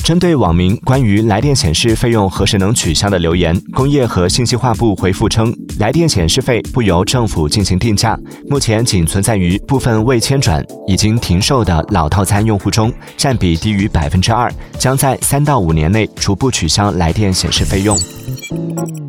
针对网民关于来电显示费用何时能取消的留言，工业和信息化部回复称，来电显示费不由政府进行定价，目前仅存在于部分未迁转、已经停售的老套餐用户中，占比低于2%，将在3到5年内逐步取消来电显示费用。